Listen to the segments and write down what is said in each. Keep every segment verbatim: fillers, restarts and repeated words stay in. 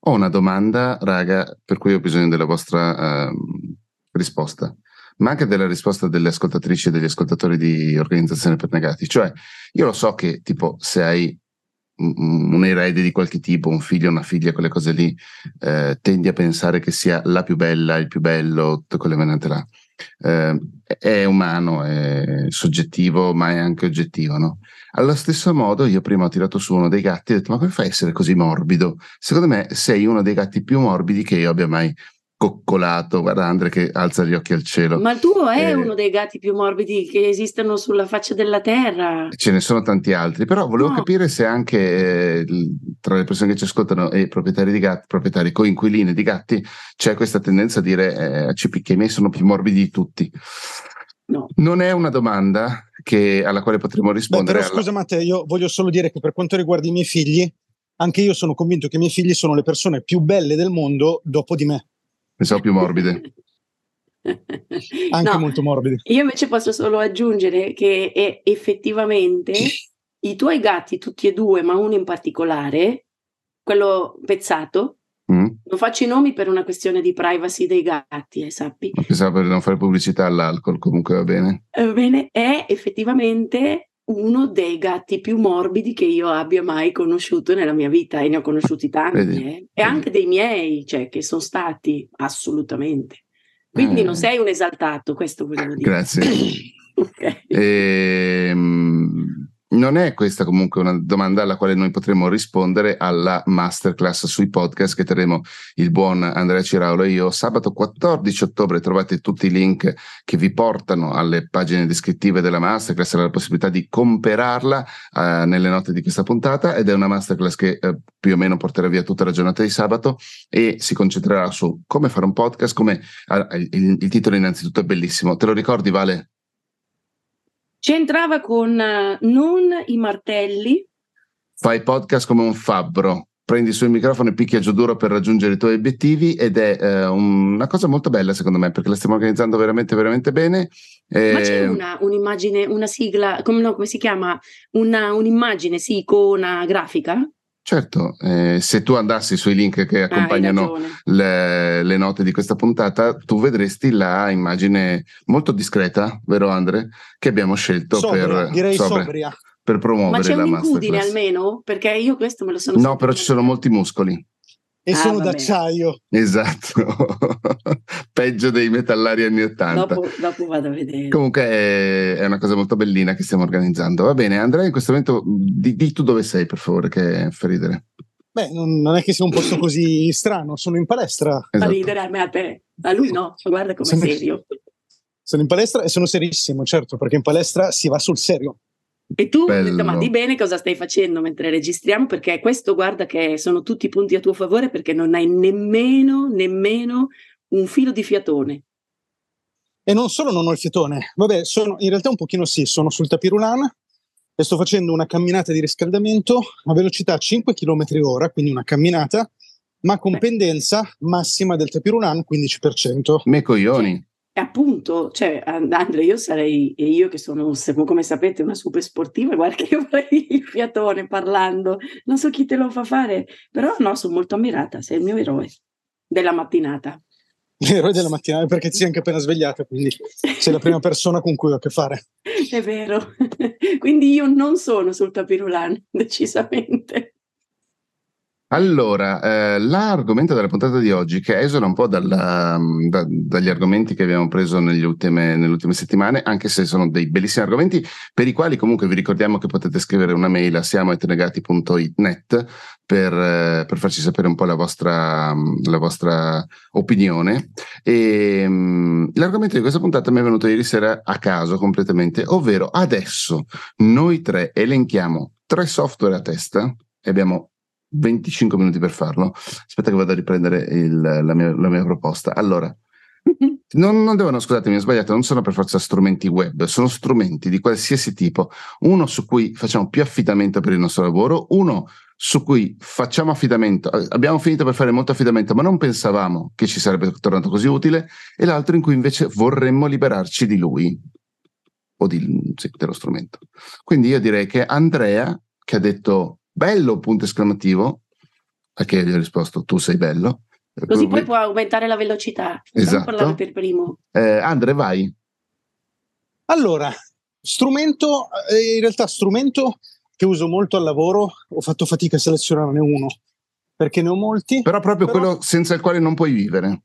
Ho una domanda, raga, per cui ho bisogno della vostra ehm, risposta, ma anche della risposta delle ascoltatrici e degli ascoltatori di Organizzazione per Negati. Cioè, io lo so che, tipo, se hai un, un erede di qualche tipo, un figlio, una figlia, quelle cose lì, eh, tendi a pensare che sia la più bella, il più bello, tutte quelle menate là. Eh, è umano, è soggettivo, ma è anche oggettivo, no? Allo stesso modo, io prima ho tirato su uno dei gatti e ho detto: ma come fai a essere così morbido? Secondo me sei uno dei gatti più morbidi che io abbia mai coccolato. Guarda Andre che alza gli occhi al cielo. Ma il tuo è Eh, uno dei gatti più morbidi che esistono sulla faccia della terra. Ce ne sono tanti altri, però volevo No. capire se anche eh, tra le persone che ci ascoltano e proprietari di gatti, proprietari coinquilini di gatti, c'è questa tendenza a dire eh, C P che i miei sono più morbidi di tutti. No. Non è una domanda che, alla quale potremo Beh, rispondere. però scusa Matteo, io voglio solo dire che per quanto riguarda i miei figli, anche io sono convinto che i miei figli sono le persone più belle del mondo dopo di me. Pensavo più morbide. Anche No, molto morbidi. io invece posso solo aggiungere che è effettivamente i tuoi gatti, tutti e due, ma uno in particolare, quello pezzato, Mm? non faccio i nomi per una questione di privacy dei gatti, eh, sappi. Ma pensavo per non fare pubblicità all'alcol, comunque va bene. Eh, Va bene, è effettivamente uno dei gatti più morbidi che io abbia mai conosciuto nella mia vita, e ne ho conosciuti tanti, Vedi, eh. E vedi. anche dei miei, cioè, che sono stati assolutamente. Quindi Eh, non sei un esaltato, questo volevo dire. Grazie. Ok. Ehm, non è questa comunque una domanda alla quale noi potremo rispondere alla masterclass sui podcast che terremo il buon Andrea Ciraulo e io sabato quattordici ottobre. Trovate tutti i link che vi portano alle pagine descrittive della masterclass, alla possibilità di comprarla eh, nelle note di questa puntata, ed è una masterclass che eh, più o meno porterà via tutta la giornata di sabato e si concentrerà su come fare un podcast, come ah, il, il titolo innanzitutto è bellissimo. Te lo ricordi, Vale? C'entrava con uh, non i martelli. Fai podcast come un fabbro, prendi su il microfono e picchia giù duro per raggiungere i tuoi obiettivi, ed è eh, un, una cosa molto bella secondo me, perché la stiamo organizzando veramente veramente bene. Ma c'è Eh, una, un'immagine, una sigla, come, no, come si chiama? Una, un'immagine, sì, icona grafica? certo, eh, se tu andassi sui link che Ah, hai accompagnano ragione. le, le note di questa puntata, tu vedresti la immagine molto discreta, vero Andre? Che abbiamo scelto Sobria, per, direi sobria, sobria. per Ma promuovere c'è la un'incudine masterclass. almeno? Perché io questo me lo sono No, sempre però ci sono dimenticato. molti muscoli. E Ah, sono vabbè. d'acciaio. Esatto, peggio dei metallari anni ottanta. Dopo, dopo vado a vedere. Comunque è, è una cosa molto bellina che stiamo organizzando. Va bene, Andrea, in questo momento di, di tu dove sei, per favore, che fa ridere. Beh, non, non è che sia un posto così strano, sono in palestra. Fa Esatto. ridere a me, a te. A lui no, guarda com'è Sono- serio. Sono in palestra e sono serissimo, certo, perché in palestra si va sul serio. E tu, Bello. ma di bene cosa stai facendo mentre registriamo? Perché questo, guarda che sono tutti punti a tuo favore, perché non hai nemmeno, nemmeno un filo di fiatone. E non solo non ho il fiatone, vabbè, sono, in realtà un pochino sì, sono sul tapirulan e sto facendo una camminata di riscaldamento a velocità cinque chilometri ora, quindi una camminata, ma con Beh. pendenza massima del tapirulan quindici per cento. Me coglioni. Cioè, e appunto, cioè, Andrea, io sarei, e io che sono, come sapete, una super sportiva, guarda che io vorrei il fiatone parlando, non so chi te lo fa fare, però no, sono molto ammirata, sei il mio eroe della mattinata. L'eroe della mattina, perché ti sei anche appena svegliata, quindi sei la prima persona con cui ho a che fare. È vero, quindi io non sono sul tapirulan, decisamente. Allora, eh, l'argomento della puntata di oggi, che esula un po' dalla, da, dagli argomenti che abbiamo preso negli ultime, nelle ultime settimane, anche se sono dei bellissimi argomenti, per i quali comunque vi ricordiamo che potete scrivere una mail a siamo at negati punto net per, eh, per farci sapere un po' la vostra, la vostra opinione. E, um, l'argomento di questa puntata mi è venuto ieri sera a caso completamente, ovvero adesso noi tre elenchiamo tre software a testa e abbiamo venticinque minuti per farlo. Aspetta che vado a riprendere il, la, mia, la mia proposta. Allora, non, non devono, scusatemi, ho sbagliato, non sono per forza strumenti web, sono strumenti di qualsiasi tipo. Uno su cui facciamo più affidamento per il nostro lavoro, uno su cui facciamo affidamento, abbiamo finito per fare molto affidamento, ma non pensavamo che ci sarebbe tornato così utile, e l'altro in cui invece vorremmo liberarci di lui, o di, sì, dello strumento. Quindi io direi che Andrea, che ha detto bello, punto esclamativo, a che gli ho risposto tu sei bello. Così poi può aumentare la velocità. Esatto. Parlare per primo. Eh, Andre, vai. Allora, strumento, eh, in realtà strumento che uso molto al lavoro, ho fatto fatica a selezionarne uno, perché ne ho molti. Però proprio però, quello senza il quale non puoi vivere.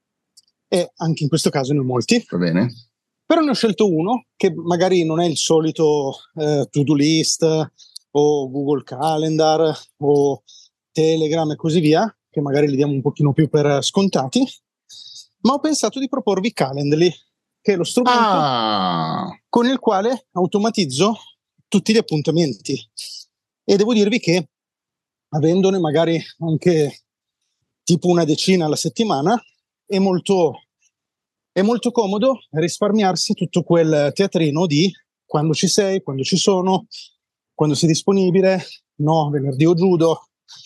E anche in questo caso ne ho molti. Va bene. Però ne ho scelto uno che magari non è il solito eh, to-do list o Google Calendar o Telegram e così via, che magari li diamo un pochino più per scontati, ma ho pensato di proporvi Calendly, che è lo strumento ah. con il quale automatizzo tutti gli appuntamenti. E devo dirvi che, avendone magari anche tipo una decina alla settimana, è molto, è molto comodo risparmiarsi tutto quel teatrino di quando ci sei, quando ci sono, quando sei disponibile, no, venerdì o judo,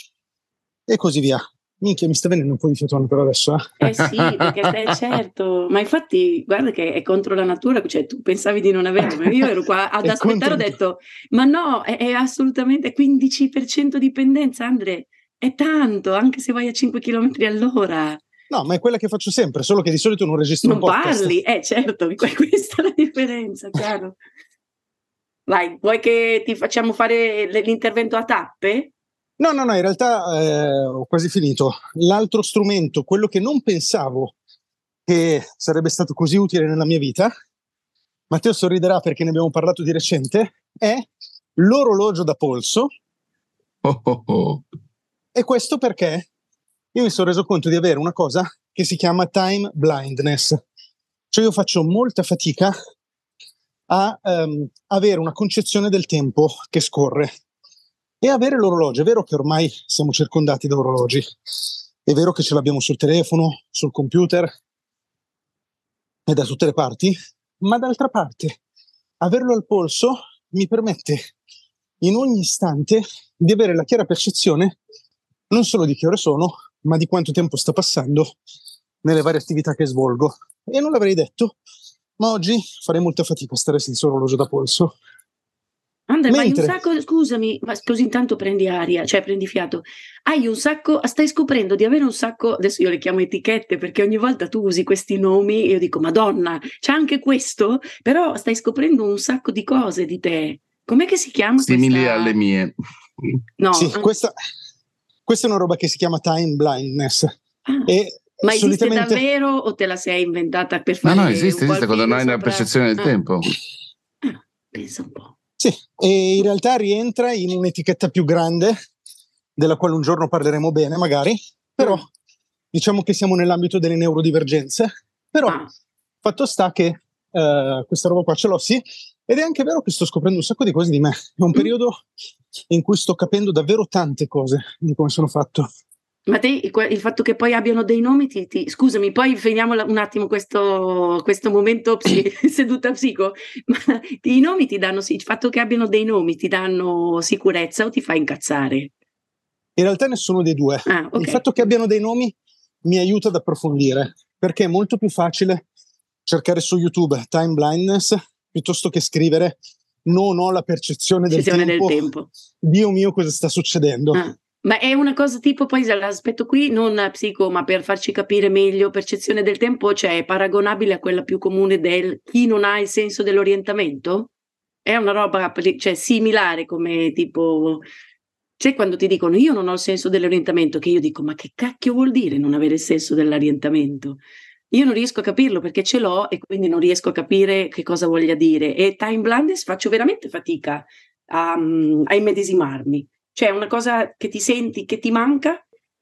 e così via. Minchia, mi sta venendo un po' di fiatone per adesso. Eh, eh sì, perché stai certo, ma infatti guarda che è contro la natura, cioè tu pensavi di non averlo, ma io ero qua ad aspettare, ho detto, ma no, è, è assolutamente quindici per cento dipendenza, Andre, è tanto, anche se vai a cinque chilometri all'ora. No, ma è quella che faccio sempre, solo che di solito non registro non un podcast. parli, eh certo, questa è la differenza, chiaro. Vai, vuoi che ti facciamo fare l'intervento a tappe? No, no, no, in realtà eh, ho quasi finito. L'altro strumento, quello che non pensavo che sarebbe stato così utile nella mia vita, Matteo sorriderà perché ne abbiamo parlato di recente, è l'orologio da polso. Oh, oh, oh. E questo perché io mi sono reso conto di avere una cosa che si chiama time blindness. Cioè io faccio molta fatica a um, avere una concezione del tempo che scorre. E avere l'orologio, è vero che ormai siamo circondati da orologi, è vero che ce l'abbiamo sul telefono, sul computer e da tutte le parti, ma d'altra parte averlo al polso mi permette in ogni istante di avere la chiara percezione non solo di che ore sono, ma di quanto tempo sta passando nelle varie attività che svolgo. E non l'avrei detto, ma oggi farei molta fatica a stare senza orologio da polso. Andre, Mentre... ma hai un sacco, scusami, ma così intanto prendi aria, cioè prendi fiato. Hai un sacco, stai scoprendo di avere un sacco, adesso io le chiamo etichette perché ogni volta tu usi questi nomi e io dico, Madonna, c'è anche questo? Però stai scoprendo un sacco di cose di te. Com'è che si chiama? Simili questa... alle mie. No. Sì, questa, questa è una roba che si chiama time blindness. Ah. E ma esiste solitamente... davvero o te la sei inventata per fare? No, no, esiste, un esiste quando non hai la sopra... percezione del ah. tempo. Ah, pensa un po'. Sì, e in realtà rientra in un'etichetta più grande, della quale un giorno parleremo bene magari, però mm. diciamo che siamo nell'ambito delle neurodivergenze, però ah. fatto sta che uh, questa roba qua ce l'ho, sì, ed è anche vero che sto scoprendo un sacco di cose di me, è un mm. periodo in cui sto capendo davvero tante cose di come sono fatto. Ma te, il fatto che poi abbiano dei nomi, ti, ti, scusami, poi finiamo un attimo questo, questo momento psi, seduta psico, ma i nomi ti danno, il fatto che abbiano dei nomi ti danno sicurezza o ti fa incazzare? In realtà nessuno dei due. Ah, okay. Il fatto che abbiano dei nomi mi aiuta ad approfondire, perché è molto più facile cercare su YouTube time blindness piuttosto che scrivere non ho la percezione del tempo, del tempo. Dio mio cosa sta succedendo. Ah. Ma è una cosa tipo, poi l'aspetto qui, non psico, ma per farci capire meglio, percezione del tempo, cioè è paragonabile a quella più comune del chi non ha il senso dell'orientamento? È una roba, cioè, similare come tipo, c'è quando ti dicono io non ho il senso dell'orientamento, che io dico ma che cacchio vuol dire non avere il senso dell'orientamento? Io non riesco a capirlo perché ce l'ho e quindi non riesco a capire che cosa voglia dire. E time blindness faccio veramente fatica a, a immedesimarmi. Cioè una cosa che ti senti, che ti manca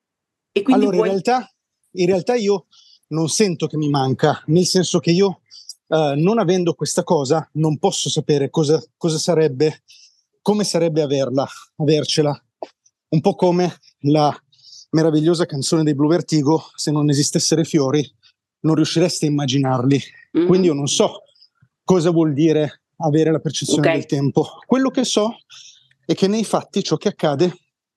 e quindi allora vuoi... in, realtà, in realtà io non sento che mi manca, nel senso che io uh, non avendo questa cosa non posso sapere cosa, cosa sarebbe, come sarebbe averla, avercela. Un po' come la meravigliosa canzone dei Blue Vertigo, se non esistessero i fiori non riusciresti a immaginarli. Mm-hmm. Quindi io non so cosa vuol dire avere la percezione okay. del tempo. Quello che so è che nei fatti ciò che accade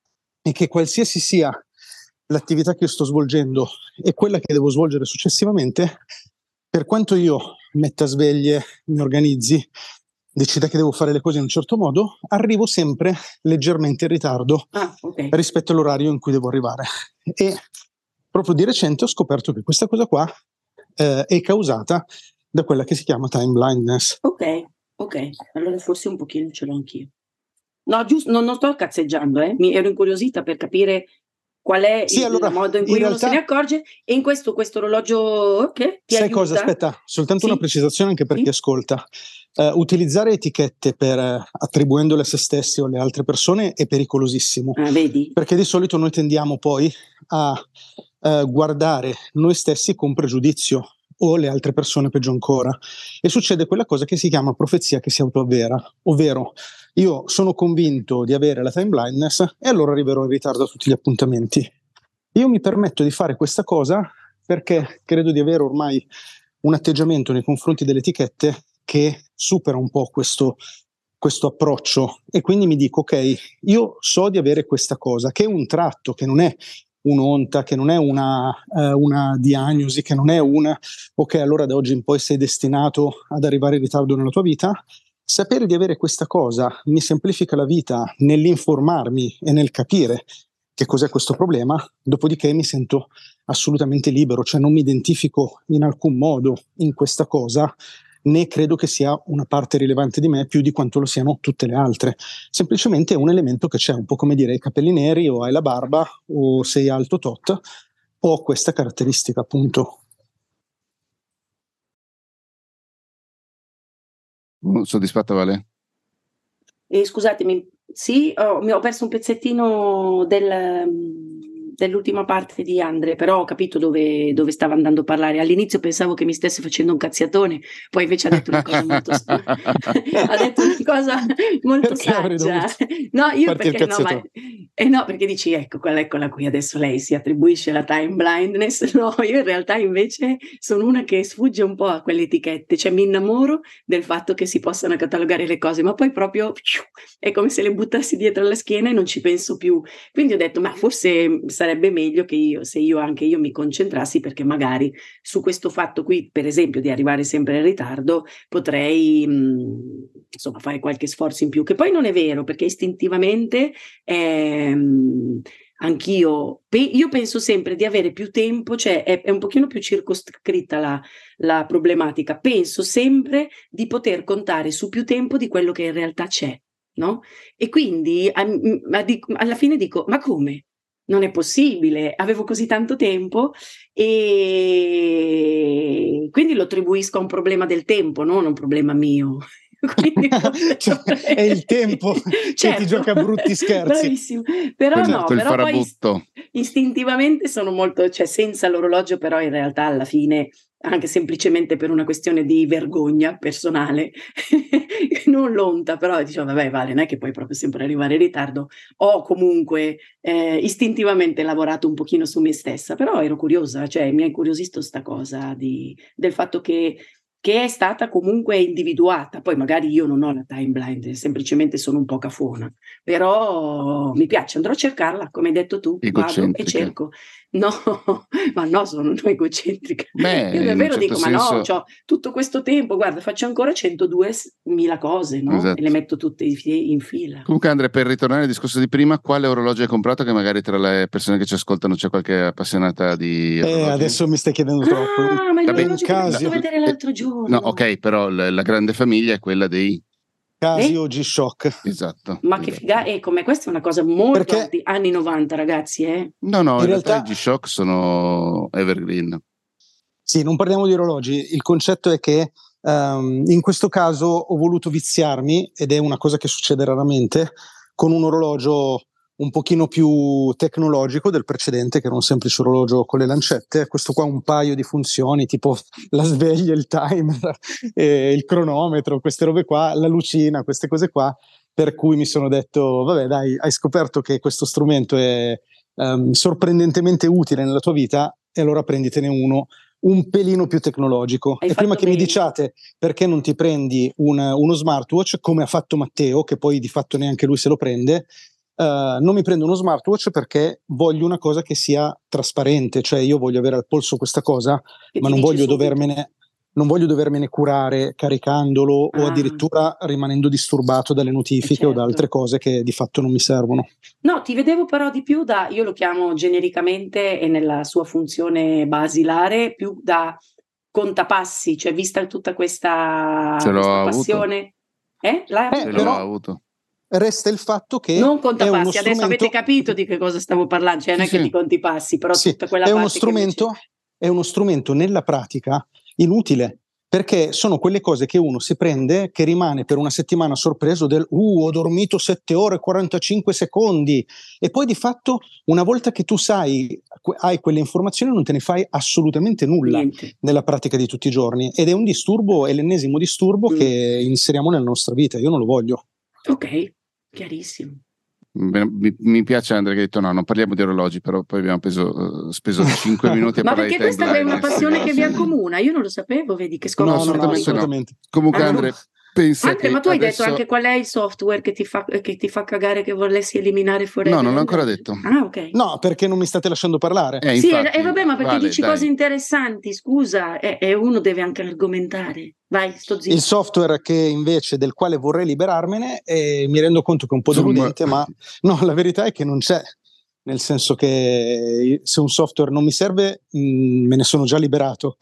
è che qualsiasi sia l'attività che io sto svolgendo e quella che devo svolgere successivamente, per quanto io metta sveglie, mi organizzi, decida che devo fare le cose in un certo modo, arrivo sempre leggermente in ritardo ah, okay. rispetto all'orario in cui devo arrivare. E proprio di recente ho scoperto che questa cosa qua eh, è causata da quella che si chiama time blindness. Ok, ok, allora forse un pochino ce l'ho anch'io. No, giusto, non, non sto cazzeggiando, eh. Mi ero incuriosita per capire qual è Sì, il allora, modo in in cui uno realtà- se ne accorge, e in questo questo orologio che ti Sai aiuta? cosa? Aspetta, soltanto Sì? una precisazione anche per Sì? chi ascolta. Eh, utilizzare etichette per eh, attribuendole a se stessi o alle altre persone è pericolosissimo, Ah, vedi? perché di solito noi tendiamo poi a eh, guardare noi stessi con pregiudizio o le altre persone peggio ancora, e succede quella cosa che si chiama profezia che si autoavvera, ovvero io sono convinto di avere la time blindness e allora arriverò in ritardo a tutti gli appuntamenti. Io mi permetto di fare questa cosa perché credo di avere ormai un atteggiamento nei confronti delle etichette che supera un po' questo, questo approccio, e quindi mi dico ok, io so di avere questa cosa che è un tratto, che non è un'onta, che non è una, eh, una diagnosi, che non è una ok, allora da oggi in poi sei destinato ad arrivare in ritardo nella tua vita. Sapere di avere questa cosa mi semplifica la vita nell'informarmi e nel capire che cos'è questo problema, dopodiché mi sento assolutamente libero, cioè non mi identifico in alcun modo in questa cosa, né credo che sia una parte rilevante di me più di quanto lo siano tutte le altre. Semplicemente è un elemento che c'è, un po' come dire hai i capelli neri o hai la barba o sei alto tot, ho questa caratteristica appunto. Soddisfatta, Vale? E scusatemi, sì, ho, mi ho perso un pezzettino del, dell'ultima parte di Andre, però ho capito dove, dove stava andando a parlare. All'inizio pensavo che mi stesse facendo un cazziatone, poi invece ha detto una cosa molto ha detto una cosa molto Perché avrei saggia. dovuto No, io farti il perché no, ma, cazziatone? eh no, perché dici ecco, quella è quella a cui adesso lei si attribuisce la time blindness. No, io in realtà invece sono una che sfugge un po' a quelle etichette, cioè mi innamoro del fatto che si possano catalogare le cose, ma poi proprio è come se le buttassi dietro la schiena e non ci penso più. Quindi ho detto, ma forse sarebbe meglio che io, se io anche io mi concentrassi, perché magari su questo fatto qui, per esempio, di arrivare sempre in ritardo, potrei mh, insomma fare qualche sforzo in più, che poi non è vero, perché istintivamente ehm, anch'io, pe- io penso sempre di avere più tempo, cioè è, è un pochino più circoscritta la, la problematica, penso sempre di poter contare su più tempo di quello che in realtà c'è, no? E quindi a, a, alla fine dico, ma come? Non è possibile, avevo così tanto tempo, e quindi lo attribuisco a un problema del tempo, non a un problema mio. Quindi cioè, è il tempo che ti gioca brutti scherzi. Bravissimo. Però certo, no, il però poi farabutto. istintivamente sono molto, cioè senza l'orologio, però in realtà alla fine, anche semplicemente per una questione di vergogna personale, non l'onta, però dicevo vabbè Vale, non è che puoi proprio sempre arrivare in ritardo. Ho comunque eh, istintivamente lavorato un pochino su me stessa, però ero curiosa, cioè mi ha incuriosito sta cosa di, del fatto che che è stata comunque individuata. Poi magari io non ho la time blind, semplicemente sono un po' cafona, però mi piace, andrò a cercarla, come hai detto tu, vado e cerco. No, ma no, sono egocentrica. Beh, io davvero certo dico, senso... ma no, c'ho tutto questo tempo, guarda, faccio ancora centoduemila cose, no? Esatto. E le metto tutte in fila. Comunque Andre, per ritornare al discorso di prima, quale orologio hai comprato, che magari tra le persone che ci ascoltano c'è qualche appassionata di orologi? Eh, adesso mi stai chiedendo ah, troppo. Ma è Vabbè, l'orologio che ti ho fatto vedere l'altro giorno. No, ok, però la, la grande famiglia è quella dei Casio eh? G-Shock. Esatto. Ma esatto. che figa, e come questa è una cosa molto Perché... anti, anni novanta, ragazzi, eh? No, no, in, in realtà, realtà i G-Shock sono evergreen. Sì, non parliamo di orologi, il concetto è che um, in questo caso ho voluto viziarmi, ed è una cosa che succede raramente, con un orologio un pochino più tecnologico del precedente, che era un semplice orologio con le lancette. Questo qua ha un paio di funzioni, tipo la sveglia, il timer, eh, il cronometro, queste robe qua, la lucina, queste cose qua, per cui mi sono detto, vabbè dai, hai scoperto che questo strumento è um, sorprendentemente utile nella tua vita, e allora prenditene uno un pelino più tecnologico. Hai e prima che bene. mi diciate perché non ti prendi un, uno smartwatch, come ha fatto Matteo, che poi di fatto neanche lui se lo prende, Uh, non mi prendo uno smartwatch perché voglio una cosa che sia trasparente, cioè io voglio avere al polso questa cosa, che ma non voglio subito. dovermene non voglio dovermene curare caricandolo Ah. o addirittura rimanendo disturbato dalle notifiche Eh, certo. o da altre cose che di fatto non mi servono. No, ti vedevo però di più da, io lo chiamo genericamente e nella sua funzione basilare, più da contapassi, cioè vista tutta questa, Ce l'ho questa avuto. passione. Eh? L'hai Eh, Ce avuto? l'ho però- avuto. Resta il fatto che Non è uno contapassi, adesso avete strumento- capito di che cosa stavo parlando, cioè Sì, non è che sì. di conti passi, però Sì, tutta quella è uno parte che invece- strumento, è uno strumento nella pratica inutile, perché sono quelle cose che uno si prende, che rimane per una settimana sorpreso del uh, ho dormito sette ore e quarantacinque secondi, e poi di fatto una volta che tu sai, que- hai quelle informazioni, non te ne fai assolutamente nulla Niente. nella pratica di tutti i giorni, ed è un disturbo, è l'ennesimo disturbo Mm. che inseriamo nella nostra vita. Io non lo voglio. Ok, chiarissimo. Mi, mi piace Andrea che hai detto no, non parliamo di orologi, però poi abbiamo preso, eh, speso cinque minuti a Ma parlare perché di questa è una timeline. passione che vi Sì. accomuna? Io non lo sapevo, vedi che No, scomodo. no, no, assolutamente no. assolutamente. Comunque Ah, no. Andrea, pensa Andre, che ma tu hai adesso... detto anche qual è il software che ti fa, che ti fa cagare che volessi eliminare forever? No, non l'ho ancora detto. Ah, ok. No, perché non mi state lasciando parlare. Eh, Sì, infatti, e vabbè, ma perché Vale, dici dai. cose interessanti, scusa, e, e uno deve anche argomentare. Vai, sto zitto. Il software che invece del quale vorrei liberarmene, e mi rendo conto che è un po' Zoom. deludente, ma no, la verità è che non c'è. Nel senso che se un software non mi serve, mh, me ne sono già liberato.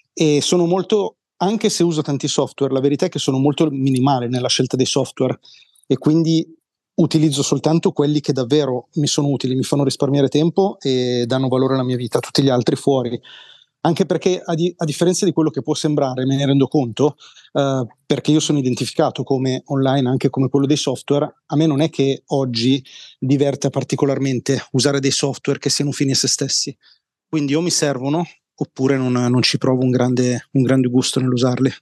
E sono molto, anche se uso tanti software, la verità è che sono molto minimale nella scelta dei software, e quindi utilizzo soltanto quelli che davvero mi sono utili, mi fanno risparmiare tempo e danno valore alla mia vita, tutti gli altri fuori. Anche perché a, di- a differenza di quello che può sembrare, me ne rendo conto, eh, perché io sono identificato come online anche come quello dei software, a me non è che oggi diverta particolarmente usare dei software che siano fini a se stessi. Quindi o mi servono oppure non, non ci provo un grande, un grande gusto nell'usarli.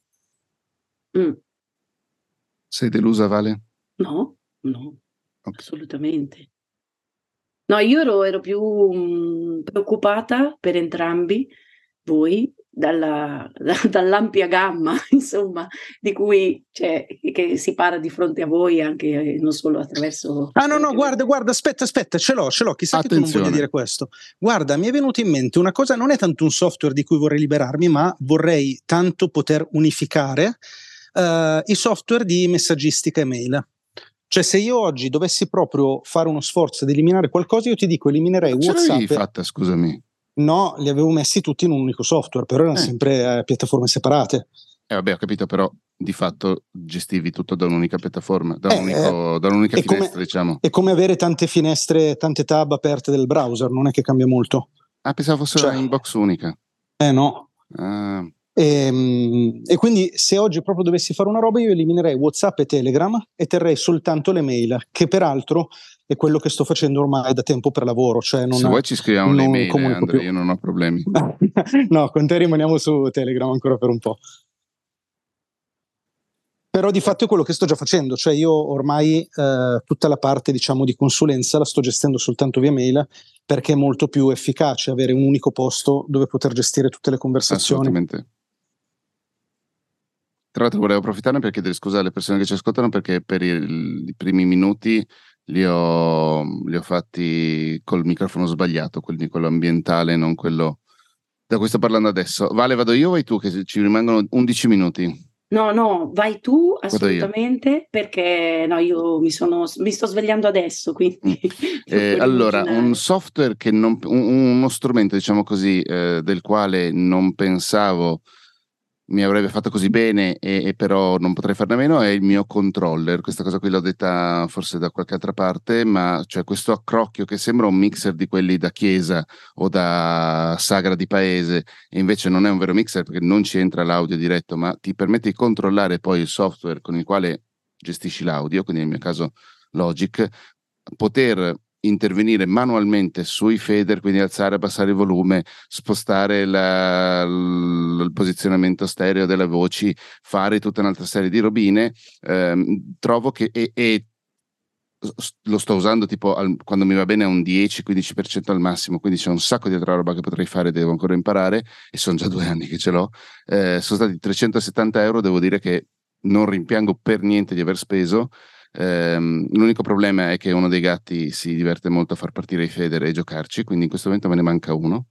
Mm. Sei delusa, Vale? No, no, Ok. assolutamente. No, io ero, ero più mh, preoccupata per entrambi voi dalla, da- dall'ampia gamma, insomma, di cui cioè, che si parla di fronte a voi anche eh, non solo attraverso. Ah no, no, guarda, guarda, aspetta, aspetta, ce l'ho, ce l'ho, chissà che tu non Attenzione. voglia dire questo. Guarda, mi è venuto in mente una cosa, non è tanto un software di cui vorrei liberarmi, ma vorrei tanto poter unificare eh, i software di messaggistica e mail. Cioè, se io oggi dovessi proprio fare uno sforzo di eliminare qualcosa, io ti dico, eliminerei Ce l'avevi WhatsApp. fatta, scusami. No, li avevo messi tutti in un unico software, però erano Eh. sempre eh, piattaforme separate. Eh vabbè, ho capito, però di fatto gestivi tutto da un'unica piattaforma, da, Eh, un unico, da un'unica è come- finestra, diciamo. È come avere tante finestre, tante tab aperte del browser, non è che cambia molto. Ah, pensavo fosse Cioè- una inbox unica. Eh no. Ah, E, e quindi se oggi proprio dovessi fare una roba, io eliminerei WhatsApp e Telegram e terrei soltanto le mail, che peraltro è quello che sto facendo ormai da tempo per lavoro. Cioè non, se vuoi ci scriviamo le non mail, eh, comunico Andrea, più. io non ho problemi. No, con te rimaniamo su Telegram ancora per un po'. Però di fatto è quello che sto già facendo, cioè io ormai eh, tutta la parte diciamo di consulenza la sto gestendo soltanto via mail, perché è molto più efficace avere un unico posto dove poter gestire tutte le conversazioni. Assolutamente. Tra l'altro volevo approfittarne per chiedere scusa alle persone che ci ascoltano, perché per i, i primi minuti li ho, li ho fatti col microfono sbagliato, quindi quello ambientale, non quello da cui sto parlando adesso. Vale, vado io o vai tu, che ci rimangono undici minuti? No, no, vai tu Vado io. assolutamente, perché no, io mi sono, mi sto svegliando adesso, quindi non Eh, puoi allora, immaginare. un software che non, un- uno strumento, diciamo così, eh, del quale non pensavo mi avrebbe fatto così bene e, e però non potrei farne a meno, è il mio controller. Questa cosa qui l'ho detta forse da qualche altra parte, ma cioè questo accrocchio che sembra un mixer di quelli da chiesa o da sagra di paese, e invece non è un vero mixer perché non ci entra l'audio diretto, ma ti permette di controllare poi il software con il quale gestisci l'audio, quindi nel mio caso Logic, poter intervenire manualmente sui fader, quindi alzare e abbassare il volume, spostare la, l- il posizionamento stereo delle voci, fare tutta un'altra serie di robine. Ehm, trovo che e, e s- lo sto usando tipo al- quando mi va bene a un dieci quindici per cento al massimo, quindi c'è un sacco di altra roba che potrei fare, devo ancora imparare e sono già due anni che ce l'ho. Eh, sono stati trecentosettanta euro, devo dire che non rimpiango per niente di aver speso. Ehm, l'unico problema è che uno dei gatti si diverte molto a far partire i fader e giocarci, quindi in questo momento me ne manca uno.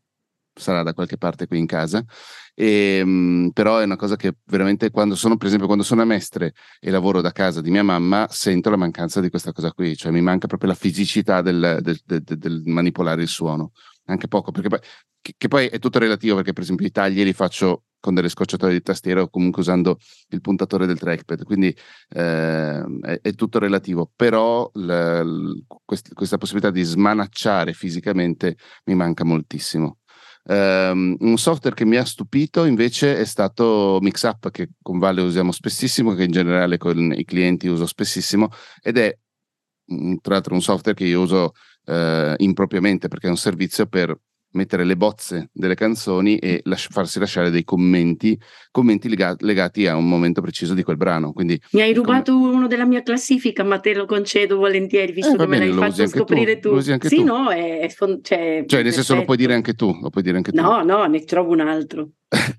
sarà da qualche parte qui in casa, e, mh, però è una cosa che veramente quando sono, per esempio quando sono a Mestre e lavoro da casa di mia mamma, sento la mancanza di questa cosa qui, cioè mi manca proprio la fisicità del, del, del, del manipolare il suono, anche poco, perché poi, che, che poi è tutto relativo, perché per esempio i tagli li faccio con delle scorciatoie di tastiera o comunque usando il puntatore del trackpad, quindi eh, è, è tutto relativo, però l, l, quest, questa possibilità di smanacciare fisicamente mi manca moltissimo. Um, un software che mi ha stupito invece è stato Mixup, che con Vale usiamo spessissimo, che in generale con i clienti uso spessissimo, ed è tra l'altro un software che io uso uh, impropriamente, perché è un servizio per mettere le bozze delle canzoni e las- farsi lasciare dei commenti commenti lega- legati a un momento preciso di quel brano. Quindi mi hai rubato com- uno della mia classifica, ma te lo concedo volentieri, visto eh, che me bene, l'hai fatto scoprire tu, tu. Lo usi anche sì, tu. no, è, è fon- cioè, cioè nel senso lo puoi dire anche tu, lo puoi dire anche tu. No, no, ne trovo un altro.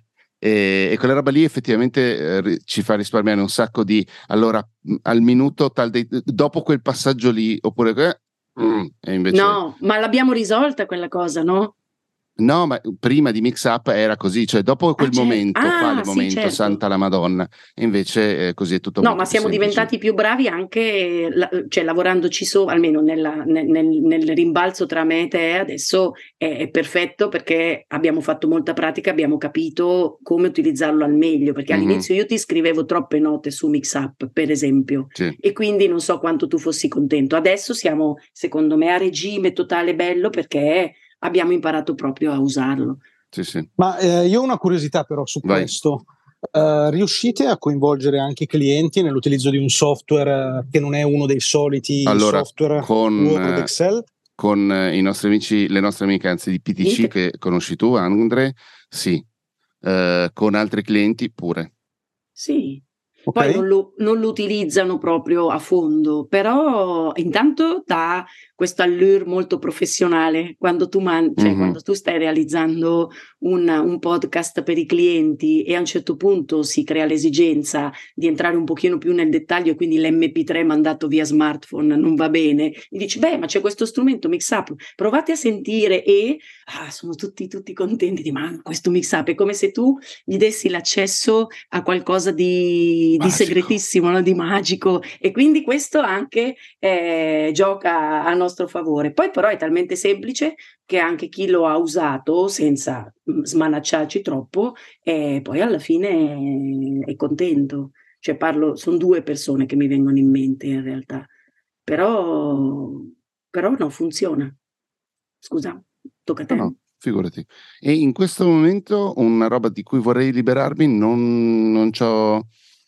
E, e quella roba lì effettivamente eh, ci fa risparmiare un sacco di, allora al minuto tal dei, dopo quel passaggio lì, oppure eh, mm, e invece no, ma l'abbiamo risolta quella cosa, no? No, ma prima di Mixup era così, cioè dopo quel ah, certo. momento, ah, quale sì, momento, certo. Santa la Madonna, e invece eh, così è tutto no, molto ma siamo più semplice. diventati più bravi anche, la, cioè lavorandoci su, almeno nella, nel, nel, nel rimbalzo tra me e te, adesso è, è perfetto, perché abbiamo fatto molta pratica, abbiamo capito come utilizzarlo al meglio, perché mm-hmm. all'inizio io ti scrivevo troppe note su Mixup, per esempio, sì. e quindi non so quanto tu fossi contento. Adesso siamo, secondo me, a regime totale bello, perché abbiamo imparato proprio a usarlo. Sì, sì. Ma eh, io ho una curiosità però su Vai. questo. Uh, riuscite a coinvolgere anche i clienti nell'utilizzo di un software che non è uno dei soliti allora, software con, Word, Excel? Con i nostri amici, le nostre amiche anzi di P T C, Inter- che conosci tu, Andre, sì. Uh, con altri clienti pure. Sì. Okay. Poi non lo, non lo utilizzano proprio a fondo, però intanto dà questo allure molto professionale quando tu, man- cioè, mm-hmm. quando tu stai realizzando un, un podcast per i clienti e a un certo punto si crea l'esigenza di entrare un pochino più nel dettaglio, quindi l'emme pi tre mandato via smartphone non va bene, gli dici beh ma c'è questo strumento Mixup, provate a sentire, e ah, sono tutti, tutti contenti di ma questo Mixup è come se tu gli dessi l'accesso a qualcosa di di segretissimo, no? Di magico, e quindi questo anche eh, gioca a nostro favore. Poi però è talmente semplice che anche chi lo ha usato senza smanacciarci troppo eh, poi alla fine è contento. Cioè parlo, sono due persone che mi vengono in mente in realtà, però però no, funziona. Scusa, tocca a te. No, no. Figurati. E in questo momento una roba di cui vorrei liberarmi non, non c'ho.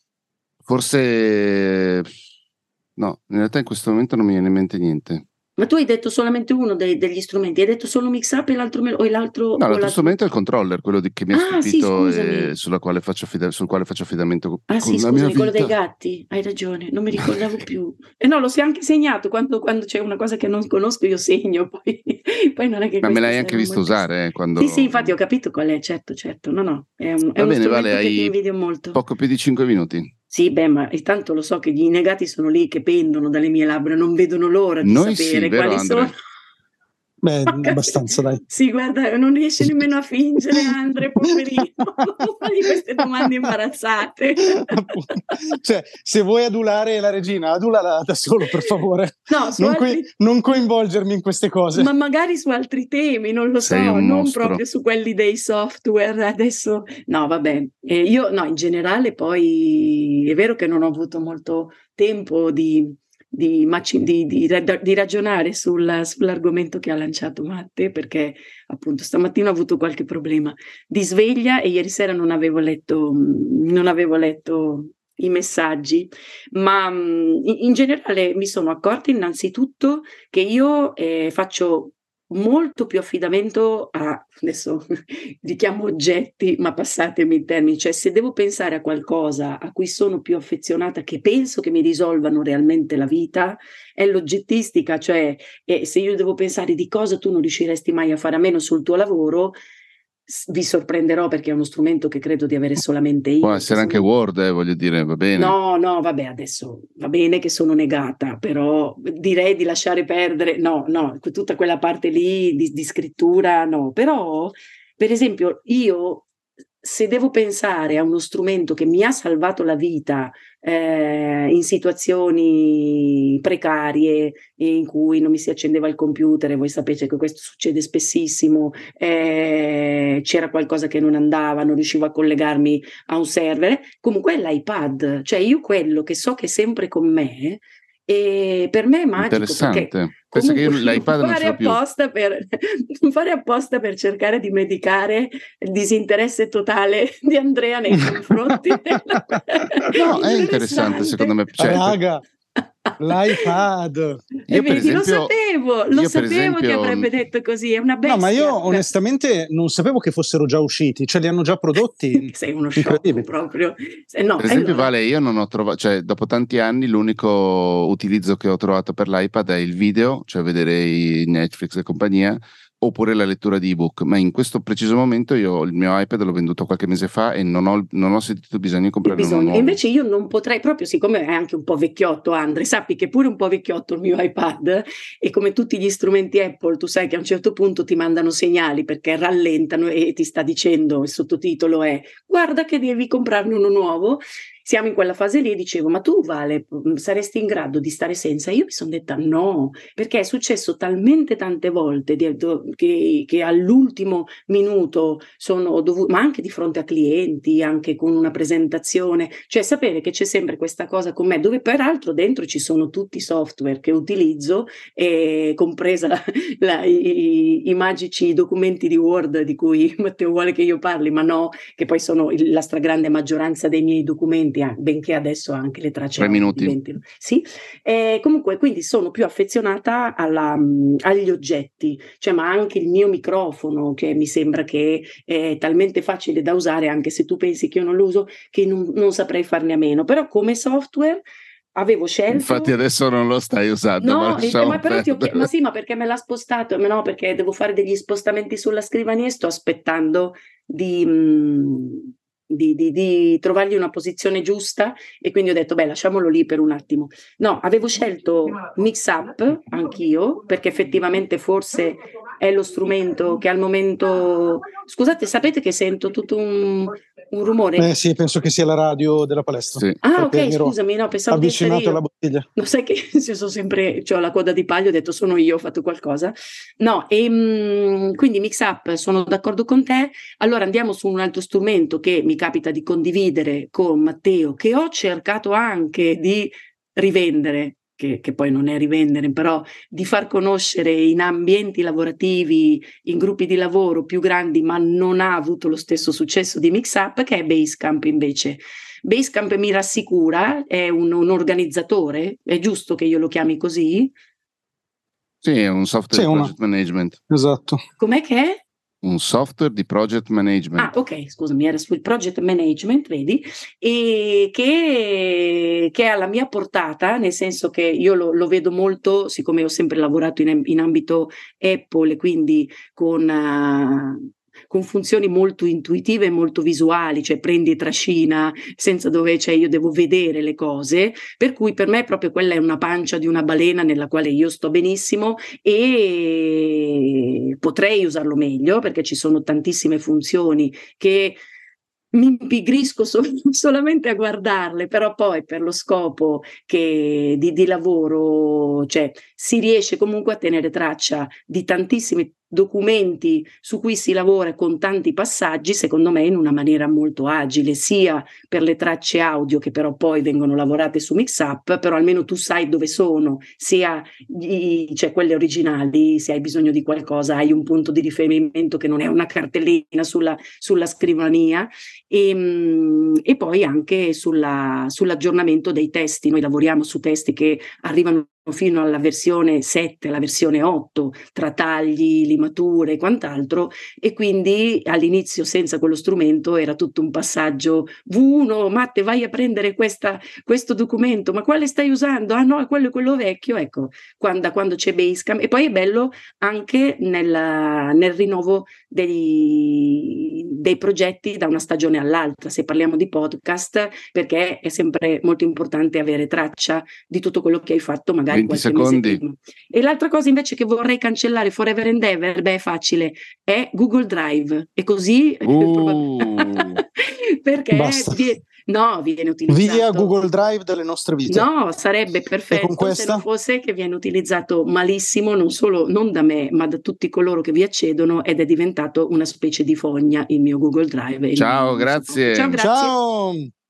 Forse no, in realtà in questo momento non mi viene in mente niente. Ma tu hai detto solamente uno dei, degli strumenti, hai detto solo Mixup e l'altro o l'altro? No, l'altro l'altro... strumento è il controller, quello di, che mi ha ah, stupito sì, e sulla quale faccio affida- sul quale faccio affidamento ah, con sì, la scusami, mia vita. quello dei gatti, hai ragione, non mi ricordavo più. E no, lo si è anche segnato, quando, quando c'è una cosa che non conosco io segno, poi, poi non è che Ma me l'hai serve anche visto molto. usare eh, quando... Sì, sì, infatti ho capito qual è, certo, certo, no, no, è, un, è Va uno bene, strumento Vale, che hai ti invidio molto. Poco più di cinque minuti. Sì, beh, ma intanto lo so che i negati sono lì che pendono dalle mie labbra, non vedono l'ora di Noi sapere sì, vero, quali Andre? sono. Beh, abbastanza, dai. Sì, guarda, non riesce nemmeno a fingere, Andre, poverino. Fagli queste domande imbarazzate. Cioè, se vuoi adulare la regina, adulala da solo, per favore. No, su non, altri... co- non coinvolgermi in queste cose. Ma magari su altri temi, non lo Sei so, un non mostro. proprio su quelli dei software. Adesso, no, vabbè. Eh, io, no, in generale poi è vero che non ho avuto molto tempo di... Di, di, di, di ragionare sul, sull'argomento che ha lanciato Matte, perché appunto stamattina ho avuto qualche problema di sveglia e ieri sera non avevo letto non avevo letto i messaggi, ma in, in generale mi sono accorta innanzitutto che io eh, faccio molto più affidamento a, adesso richiamo oggetti, ma passatemi i termini, cioè se devo pensare a qualcosa a cui sono più affezionata, che penso che mi risolvano realmente la vita, è l'oggettistica, cioè eh, se io devo pensare di cosa tu non riusciresti mai a fare a meno sul tuo lavoro, vi sorprenderò perché è uno strumento che credo di avere solamente io. Può essere anche sono... Word, eh, voglio dire, va bene. No, no, vabbè, adesso va bene che sono negata, però direi di lasciare perdere, no, no, tutta quella parte lì di, di scrittura, no, però per esempio, io se devo pensare a uno strumento che mi ha salvato la vita eh, in situazioni precarie in cui non mi si accendeva il computer, e voi sapete che questo succede spessissimo, eh, c'era qualcosa che non andava, non riuscivo a collegarmi a un server, comunque è l'iPad, cioè io quello che so che è sempre con me, e per me è magico, perché Interessante. Pensa che io comunque l'iPad non ce fare l'ho più. apposta per fare apposta per cercare di medicare il disinteresse totale di Andrea nei confronti della... No, è interessante secondo me. Cioè, Raga, l'iPad. E io per vedi, lo esempio, sapevo, lo io per sapevo che esempio, avrebbe detto così, è una No, bestia. ma io onestamente non sapevo che fossero già usciti, cioè li hanno già prodotti. Sei uno sciocco Incredibile. proprio. Se no, per esempio, allora, Vale, io non ho trovato, cioè, dopo tanti anni, l'unico utilizzo che ho trovato per l'iPad è il video, cioè vedere i Netflix e compagnia, oppure la lettura di ebook. Ma in questo preciso momento io il mio iPad l'ho venduto qualche mese fa e non ho, non ho sentito bisogno di il comprare uno bisogno. E nuovo. invece io non potrei, proprio siccome è anche un po' vecchiotto, Andre, sappi che è pure un po' vecchiotto il mio iPad, e come tutti gli strumenti Apple, tu sai che a un certo punto ti mandano segnali perché rallentano e ti sta dicendo, il sottotitolo è guarda che devi comprarne uno nuovo. Siamo in quella fase lì e dicevo, ma tu Vale, saresti in grado di stare senza? Io mi sono detta no, perché è successo talmente tante volte di, che, che all'ultimo minuto sono dovuto, ma anche di fronte a clienti, anche con una presentazione, cioè sapere che c'è sempre questa cosa con me, dove peraltro dentro ci sono tutti i software che utilizzo, e compresa la, la, i, i magici documenti di Word di cui Matteo vuole che io parli, ma no, che poi sono la stragrande maggioranza dei miei documenti, benché adesso anche le tracce Tre minuti. diventino. Sì, eh, comunque quindi sono più affezionata alla, mh, agli oggetti, cioè ma anche il mio microfono che mi sembra che è talmente facile da usare, anche se tu pensi che io non lo uso, che non, non saprei farne a meno, però come software avevo scelto. Infatti adesso non lo stai usando, ma No, lasciamo ma però ti ho perdere. chie- ma sì, ma perché me l'ha spostato? Ma no, perché devo fare degli spostamenti sulla scrivania e sto aspettando di, mh, di, di, di trovargli una posizione giusta, e quindi ho detto, beh, lasciamolo lì per un attimo. No, avevo scelto Mixup anch'io, perché effettivamente forse è lo strumento che al momento... Scusate, sapete che sento tutto un, un rumore? Eh sì, penso che sia la radio della palestra. Sì. Ah, perché ok, mi ero scusami, no, pensavo di essere avvicinato io. alla bottiglia. Lo sai che se sono sempre, c'ho la coda di paglio, ho detto sono io, ho fatto qualcosa. No, e mh, quindi Mixup, sono d'accordo con te. Allora andiamo su un altro strumento che mi capita di condividere con Matteo, che ho cercato anche di rivendere, che, che poi non è rivendere, però di far conoscere in ambienti lavorativi, in gruppi di lavoro più grandi, ma non ha avuto lo stesso successo di Mixup, che è Basecamp invece. Basecamp mi rassicura, è un, un organizzatore, è giusto che io lo chiami così? Sì, è un software Sì, di una- project management. Esatto. Com'è che è? Un software di project management. Ah, ok, scusami, era sul project management, vedi, e che, che è alla mia portata, nel senso che io lo, lo vedo molto, siccome ho sempre lavorato in, in ambito Apple, e quindi con... Uh, con funzioni molto intuitive e molto visuali, cioè prendi e trascina senza dove, cioè io devo vedere le cose, per cui per me proprio quella è una pancia di una balena nella quale io sto benissimo e potrei usarlo meglio perché ci sono tantissime funzioni che mi impigrisco so- solamente a guardarle, però poi per lo scopo che di, di lavoro, cioè si riesce comunque a tenere traccia di tantissimi documenti su cui si lavora con tanti passaggi, secondo me in una maniera molto agile, sia per le tracce audio che però poi vengono lavorate su Mixup, però almeno tu sai dove sono, sia gli, cioè quelle originali, se hai bisogno di qualcosa hai un punto di riferimento che non è una cartellina sulla, sulla scrivania. E, e poi anche sulla, sull'aggiornamento dei testi. Noi lavoriamo su testi che arrivano fino alla versione sette, alla versione otto, tra tagli, limature e quant'altro, e quindi all'inizio senza quello strumento era tutto un passaggio vu uno, Matte vai a prendere questa, questo documento, ma quale stai usando? Ah no, è quello, quello vecchio, ecco, quando, da quando c'è Basecamp. E poi è bello anche nel, nel rinnovo degli, dei progetti da una stagione all'altra, se parliamo di podcast, perché è sempre molto importante avere traccia di tutto quello che hai fatto magari venti qualche secondi. mese prima. E l'altra cosa invece che vorrei cancellare forever and ever, beh è facile, è Google Drive, e così Uh. perché Basta. vi- no, viene utilizzato Via Google Drive delle nostre vite. no, sarebbe E con perfetto se questa? non fosse che viene utilizzato malissimo, non solo non da me, ma da tutti coloro che vi accedono, ed è diventato una specie di fogna il mio Google Drive. e il Ciao, mio- grazie. Ciao, grazie. Ciao!